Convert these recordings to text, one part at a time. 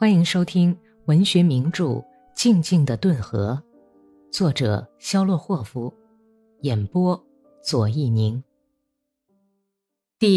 欢迎收听文学名著《静静的顿河》，作者肖洛霍夫，演播左一宁。第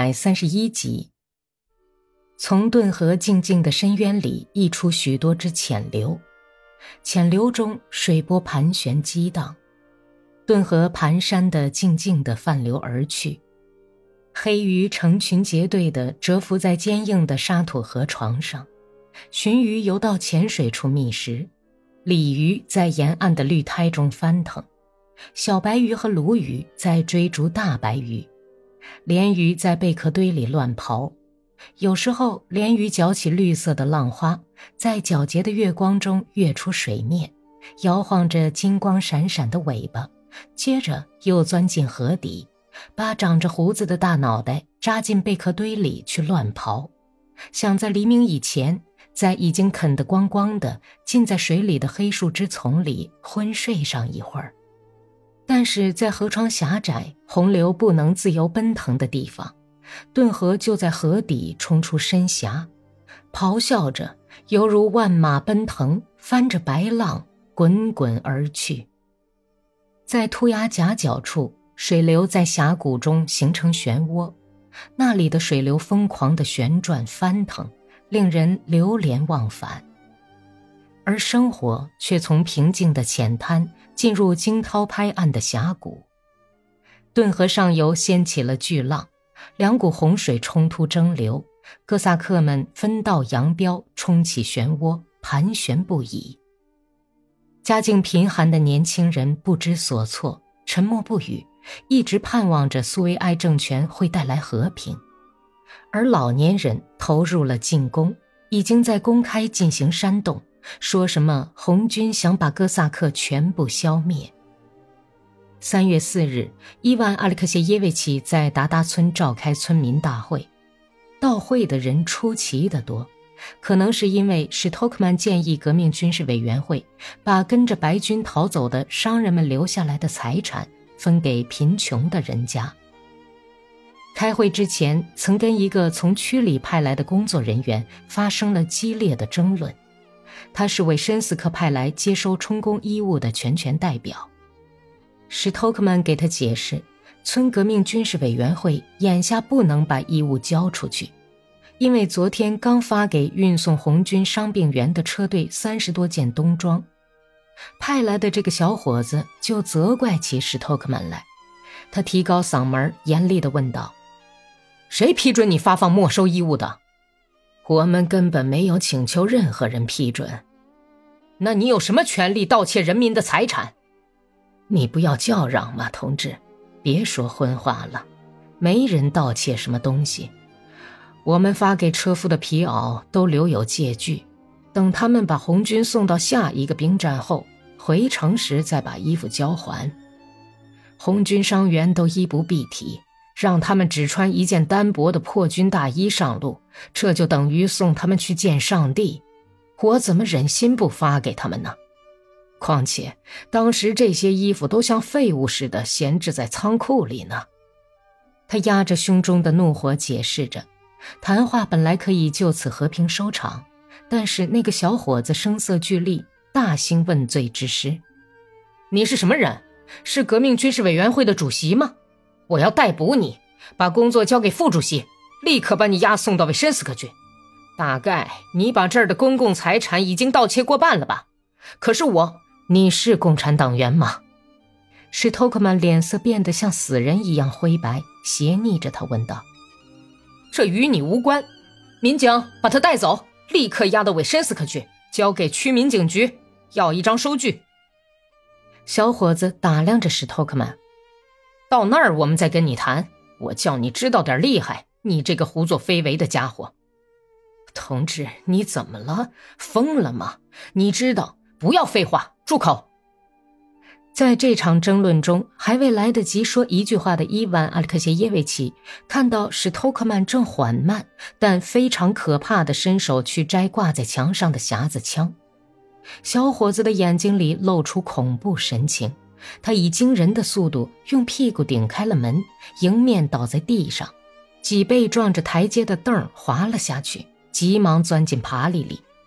231集。从顿河静静的深渊里溢出许多支浅流，浅流中水波盘旋激荡，顿河蹒跚地静静地泛流而去。黑鱼成群结队地蛰伏在坚硬的沙土河床上，鲟鱼游到浅水处觅食，鲤鱼在沿岸的绿苔中翻腾，小白鱼和鲈鱼在追逐大白鱼，鲢鱼在贝壳堆里乱刨。有时候鲢鱼搅起绿色的浪花，在皎洁的月光中跃出水面，摇晃着金光闪闪的尾巴，接着又钻进河底，把长着胡子的大脑袋扎进贝壳堆里去乱刨，想在黎明以前，在已经啃得光光的浸在水里的黑树枝丛里昏睡上一会儿。但是在河床狭窄、洪流不能自由奔腾的地方，顿河就在河底冲出深峡，咆哮着犹如万马奔腾，翻着白浪滚滚而去。在凸崖夹角处，水流在峡谷中形成漩涡，那里的水流疯狂地旋转翻腾，令人流连忘返。而生活却从平静的浅滩进入惊涛拍岸的峡谷。顿河上游掀起了巨浪，两股洪水冲突争流，哥萨克们分道扬镳，冲起漩涡，盘旋不已。家境贫寒的年轻人不知所措，沉默不语，一直盼望着苏维埃政权会带来和平。而老年人投入了进攻，已经在公开进行煽动，说什么红军想把哥萨克全部消灭。3月4日，伊万·阿列克谢耶维奇在达达村召开村民大会，到会的人出奇的多，可能是因为史托克曼建议革命军事委员会把跟着白军逃走的商人们留下来的财产分给贫穷的人家。开会之前，曾跟一个从区里派来的工作人员发生了激烈的争论。他是为申斯克派来接收充公衣物的全权代表。史托克曼给他解释，村革命军事委员会眼下不能把衣物交出去，因为昨天刚发给运送红军伤病员的车队30多件冬装。派来的这个小伙子就责怪起史托克曼来，他提高嗓门，严厉地问道：谁批准你发放没收衣物的？我们根本没有请求任何人批准。那你有什么权利盗窃人民的财产？你不要叫嚷嘛，同志，别说荤话了，没人盗窃什么东西。我们发给车夫的皮袄都留有借据，等他们把红军送到下一个兵站后，回城时再把衣服交还。红军伤员都衣不蔽体，让他们只穿一件单薄的破军大衣上路，这就等于送他们去见上帝。我怎么忍心不发给他们呢？况且当时这些衣服都像废物似的闲置在仓库里呢。他压着胸中的怒火解释着，谈话本来可以就此和平收场，但是那个小伙子声色俱厉，大兴问罪之师。你是什么人？是革命军事委员会的主席吗？我要逮捕你，把工作交给副主席，立刻把你押送到维申斯克去。大概你把这儿的公共财产已经盗窃过半了吧？可是你是共产党员吗？史托克曼脸色变得像死人一样灰白，斜睨着他问道：这与你无关，民警把他带走，立刻押到维申斯克去，交给区民警局，要一张收据。小伙子打量着史托克曼，到那儿我们再跟你谈，我叫你知道点厉害，你这个胡作非为的家伙。同志，你怎么了？疯了吗？你知道，不要废话，住口。在这场争论中，还未来得及说一句话的伊万·阿列克谢耶维奇看到史托克曼正缓慢但非常可怕地伸手去摘挂在墙上的匣子枪。小伙子的眼睛里露出恐怖神情，他以惊人的速度用屁股顶开了门，迎面倒在地上，脊背撞着台阶的凳滑了下去，急忙钻进爬犁里，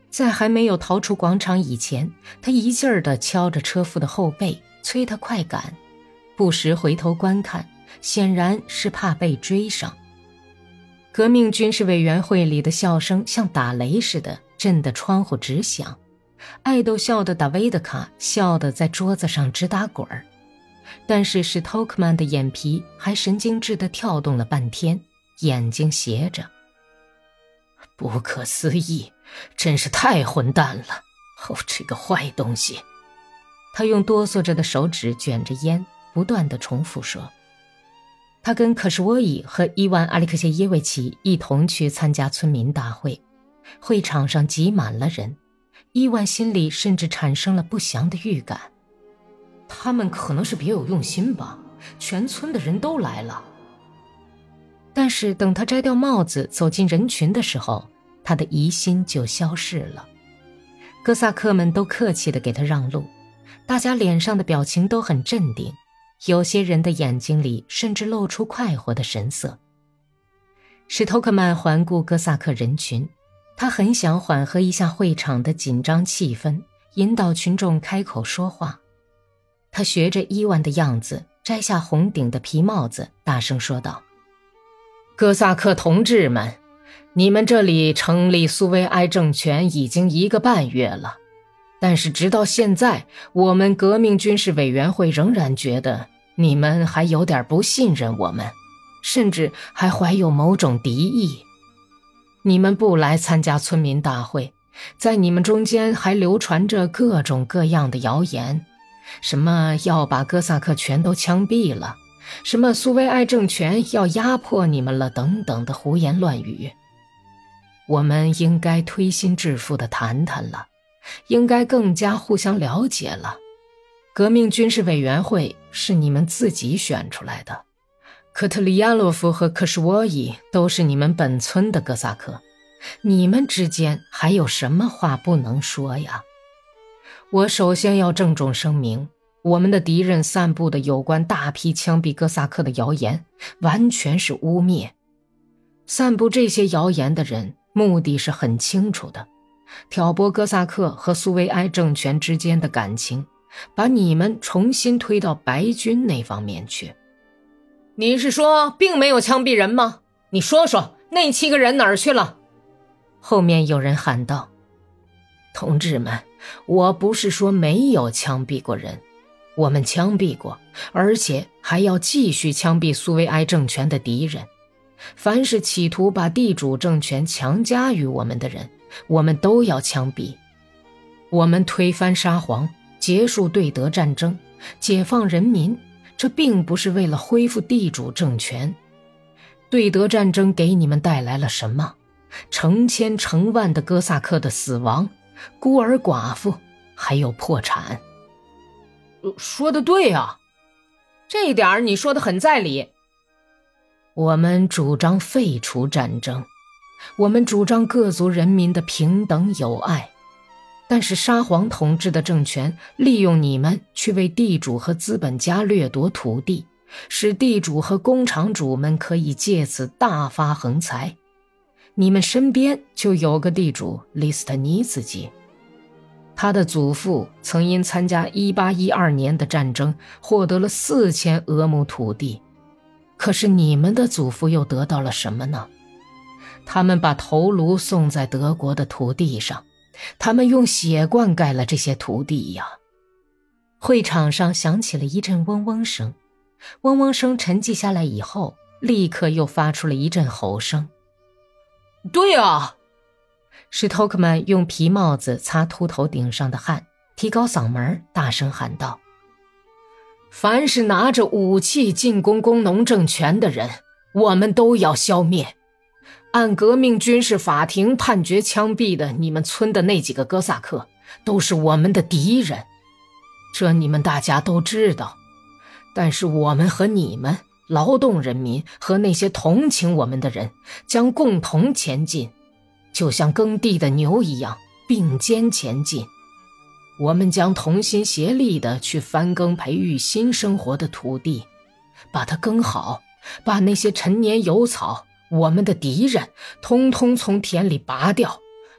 在还没有逃出广场以前，他一劲儿地敲着车夫的后背，催他快赶，不时回头观看，显然是怕被追上。革命军事委员会里的笑声像打雷似的，震得窗户直响。爱逗笑的达维德卡笑得在桌子上直打滚儿，但是史托克曼的眼皮还神经质地跳动了半天，眼睛斜着。不可思议，真是太混蛋了！哦，这个坏东西！他用哆嗦着的手指卷着烟，不断地重复说。他跟可什沃伊和伊万·阿里克谢耶维奇一同去参加村民大会，会场上挤满了人。伊万心里甚至产生了不祥的预感，他们可能是别有用心吧，全村的人都来了。但是等他摘掉帽子走进人群的时候，他的疑心就消逝了。哥萨克们都客气地给他让路，大家脸上的表情都很镇定，有些人的眼睛里甚至露出快活的神色。史托克曼环顾哥萨克人群，他很想缓和一下会场的紧张气氛，引导群众开口说话。他学着伊万的样子，摘下红顶的皮帽子，大声说道：哥萨克同志们，你们这里成立苏维埃政权已经1个半月了，但是直到现在，我们革命军事委员会仍然觉得你们还有点不信任我们，甚至还怀有某种敌意。你们不来参加村民大会，在你们中间还流传着各种各样的谣言，什么要把哥萨克全都枪毙了，什么苏维埃政权要压迫你们了等等的胡言乱语。我们应该推心置腹地谈谈了，应该更加互相了解了。革命军事委员会是你们自己选出来的，科特里亚洛夫和科什沃伊都是你们本村的哥萨克，你们之间还有什么话不能说呀？我首先要郑重声明，我们的敌人散布的有关大批枪毙哥萨克的谣言完全是污蔑。散布这些谣言的人目的是很清楚的，挑拨哥萨克和苏维埃政权之间的感情，把你们重新推到白军那方面去。你是说并没有枪毙人吗？你说说那7个人哪儿去了？后面有人喊道。同志们，我不是说没有枪毙过人，我们枪毙过，而且还要继续枪毙苏维埃政权的敌人。凡是企图把地主政权强加于我们的人，我们都要枪毙。我们推翻沙皇，结束对德战争，解放人民，这并不是为了恢复地主政权。对德战争给你们带来了什么？成千成万的哥萨克的死亡，孤儿寡妇，还有破产。说得对啊，这一点你说得很在理。我们主张废除战争，我们主张各族人民的平等友爱，但是沙皇统治的政权利用你们去为地主和资本家掠夺土地，使地主和工厂主们可以借此大发横财。你们身边就有个地主利斯特尼茨基，他的祖父曾因参加1812年的战争获得了4000俄亩土地，可是你们的祖父又得到了什么呢？他们把头颅送在德国的土地上，他们用血灌溉了这些土地呀。会场上响起了一阵嗡嗡声，嗡嗡声沉寂下来以后，立刻又发出了一阵吼声。对啊！史托克曼用皮帽子擦秃头顶上的汗，提高嗓门大声喊道：凡是拿着武器进攻工农政权的人，我们都要消灭。按革命军事法庭判决枪毙的你们村的那几个哥萨克，都是我们的敌人，这你们大家都知道。但是我们和你们劳动人民和那些同情我们的人将共同前进，就像耕地的牛一样并肩前进。我们将同心协力地去翻耕培育新生活的土地，把它耕好，把那些陈年有草，我们的敌人通通从田里拔掉，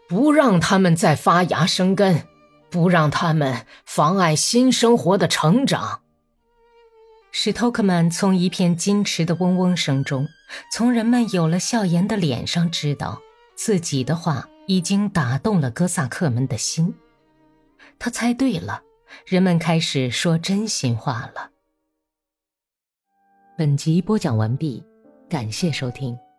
不让他们再发芽生根，不让他们妨碍新生活的成长。 史托克曼从一片矜持的嗡嗡声中，从人们有了笑颜的脸上知道，自己的话已经打动了哥萨克们的心。他猜对了，人们开始说真心话了。本集播讲完毕，感谢收听。